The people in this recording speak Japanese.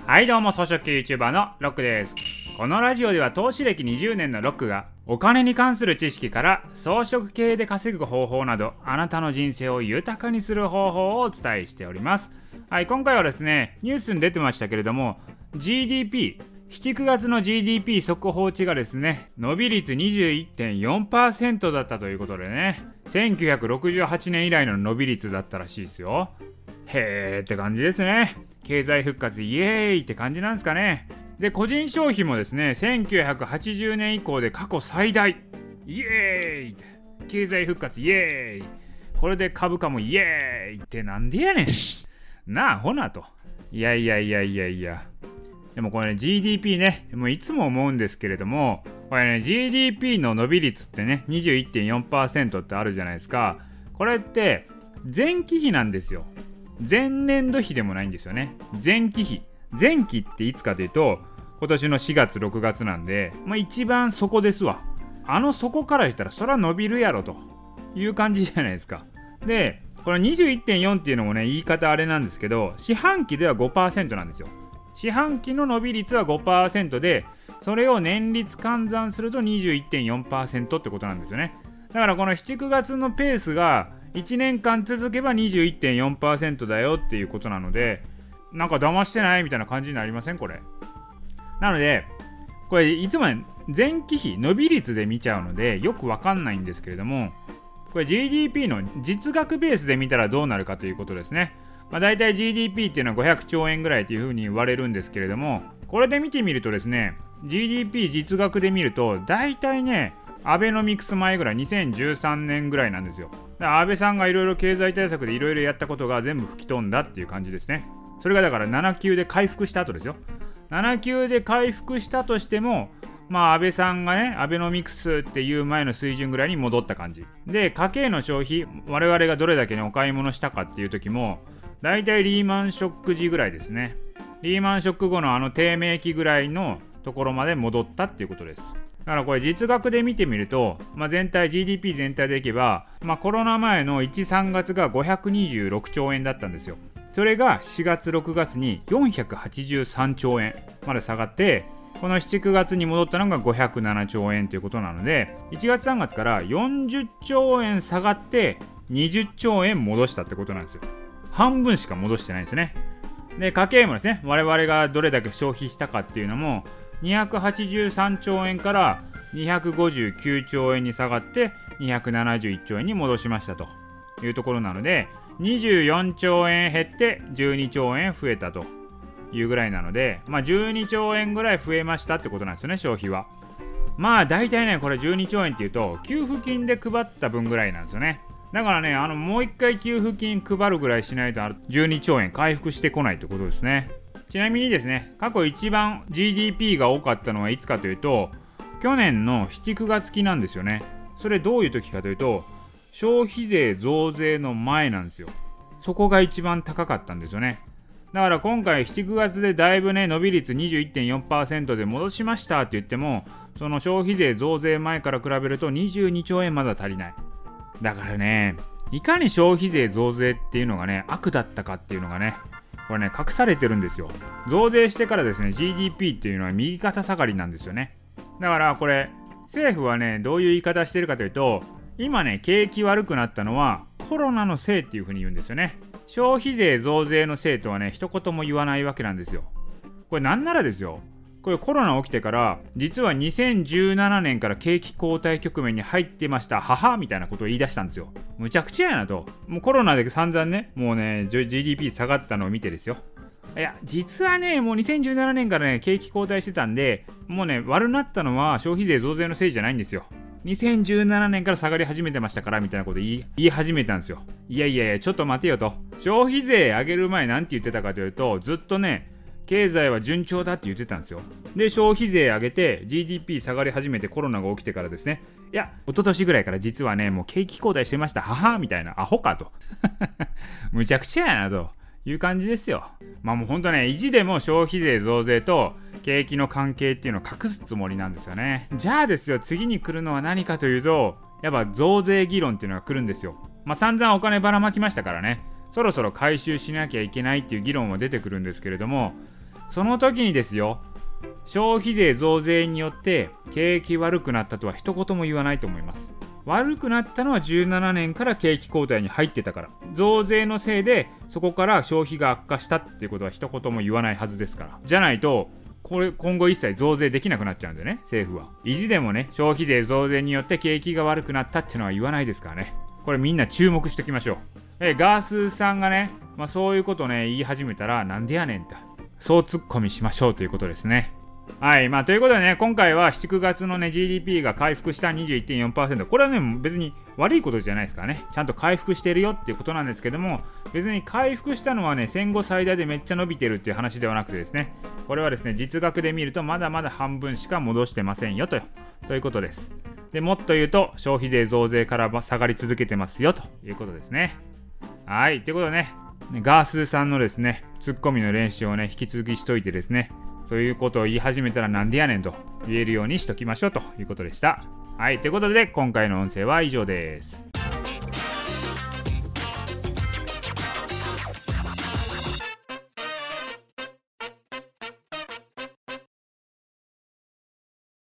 はいどうも、草食系 YouTuber のロックです。このラジオでは投資歴20年のロックがお金に関する知識から草食系で稼ぐ方法など、あなたの人生を豊かにする方法をお伝えしております。はい、今回はですね、ニュースに出てましたけれども、GDP、7、9月の GDP 速報値がですね、伸び率 21.4% だったということでね、1968年以来の伸び率だったらしいですよ。へーって感じですね。経済復活イエーイって感じなんですかね。で、個人消費もですね、1980年以降で過去最大。イエーイ、経済復活イエーイ、これで株価もイエーイってなんでやねんなあほなと。いやでもこれね、 GDP ね、もういつも思うんですけれども、これね、 GDP の伸び率ってね 21.4% ってあるじゃないですか。これって前期比なんですよ。前年度比でもないんですよね。前期比、前期っていつかというと今年の4月6月なんで、一番底ですわ。底からしたらそら伸びるやろという感じじゃないですか。で、これ 21.4 っていうのもね、言い方あれなんですけど、四半期では 5% なんですよ。四半期の伸び率は 5% で、それを年率換算すると 21.4% ってことなんですよね。だからこの7、9月のペースが1年間続けば 21.4% だよっていうことなので、なんか騙してないみたいな感じになりませんこれ。なのでこれいつも前期比伸び率で見ちゃうのでよくわかんないんですけれども、これ GDP の実額ベースで見たらどうなるかということですね。だいたい GDP っていうのは500兆円ぐらいというふうに言われるんですけれども、これで見てみるとですね、 GDP 実額で見るとだいたいね、アベノミクス前ぐらい、2013年ぐらいなんですよ。だから安倍さんがいろいろ経済対策でいろいろやったことが全部吹き飛んだっていう感じですね。それがだから7級で回復した後ですよ。7級で回復したとしても、安倍さんがね、アベノミクスっていう前の水準ぐらいに戻った感じで、家計の消費、我々がどれだけにお買い物したかっていう時もだいたいリーマンショック時ぐらいですね。リーマンショック後の低迷期ぐらいのところまで戻ったっていうことです。だからこれ実額で見てみると、全体 GDP 全体でいけば、コロナ前の1、3月が526兆円だったんですよ。それが4月6月に483兆円まで下がって、この7、9月に戻ったのが507兆円ということなので、1月3月から40兆円下がって20兆円戻したってことなんですよ。半分しか戻してないんですね。で、家計もですね、我々がどれだけ消費したかっていうのも283兆円から259兆円に下がって271兆円に戻しましたというところなので、24兆円減って12兆円増えたというぐらいなので、12兆円ぐらい増えましたってことなんですよね、消費は。大体ね、これ12兆円っていうと給付金で配った分ぐらいなんですよね。だからね、もう一回給付金配るぐらいしないと12兆円回復してこないってことですね。ちなみにですね、過去一番 GDP が多かったのはいつかというと、去年の7、9月期なんですよね。それどういう時かというと、消費税増税の前なんですよ。そこが一番高かったんですよね。だから今回7、9月でだいぶね、伸び率 21.4% で戻しましたって言っても、その消費税増税前から比べると22兆円まだ足りない。だからね、いかに消費税増税っていうのがね、悪だったかっていうのがね、これね、隠されてるんですよ。増税してからですね、 GDP っていうのは右肩下がりなんですよね。だからこれ、政府はね、どういう言い方してるかというと、今ね、景気悪くなったのはコロナのせいっていう風に言うんですよね。消費税増税のせいとはね、一言も言わないわけなんですよ。これなんならですよ、これコロナ起きてから実は2017年から景気後退局面に入ってました、母みたいなことを言い出したんですよ。むちゃくちゃやなと。もうコロナで散々ね、もうね GDP 下がったのを見てですよ。いや、実はね、もう2017年からね、景気後退してたんで、もうね、悪なったのは消費税増税のせいじゃないんですよ。2017年から下がり始めてましたからみたいなこと言い始めたんですよ。いやちょっと待てよと。消費税上げる前なんて言ってたかというと、ずっとね、経済は順調だって言ってたんですよ。で、消費税上げて GDP 下がり始めてコロナが起きてからですね、いや、一昨年ぐらいから実はね、もう景気後退してました、母みたいな、アホかとむちゃくちゃやなという感じですよ。もうほんとね、意地でも消費税増税と景気の関係っていうのを隠すつもりなんですよね。じゃあですよ、次に来るのは何かというと、やっぱ増税議論っていうのが来るんですよ。散々お金ばらまきましたからね、そろそろ回収しなきゃいけないっていう議論も出てくるんですけれども、 その時にですよ、消費税増税によって景気悪くなったとは一言も言わないと思います。悪くなったのは17年から景気後退に入ってたから、増税のせいでそこから消費が悪化したっていうことは一言も言わないはずですから。じゃないと今後一切増税できなくなっちゃうんでね、政府は。意地でもね、消費税増税によって景気が悪くなったっていうのは言わないですからね。これみんな注目しておきましょう。ガースーさんがね、そういうことね言い始めたらなんでやねんと、そうツッコミしましょうということですね。はい、ということでね、今回は7、9月のね GDP が回復した 21.4%、 これはね別に悪いことじゃないですからね、ちゃんと回復してるよっていうことなんですけども、別に回復したのはね戦後最大でめっちゃ伸びてるっていう話ではなくてですね、これはですね実額で見るとまだまだ半分しか戻してませんよと、そういうことです。でもっと言うと消費税増税から下がり続けてますよということですね。はい、ということでね、ガースーさんのですねツッコミの練習をね引き続きしといてですね、そういうことを言い始めたらなんでやねんと言えるようにしときましょうということでした。はい、ということで今回の音声は以上です。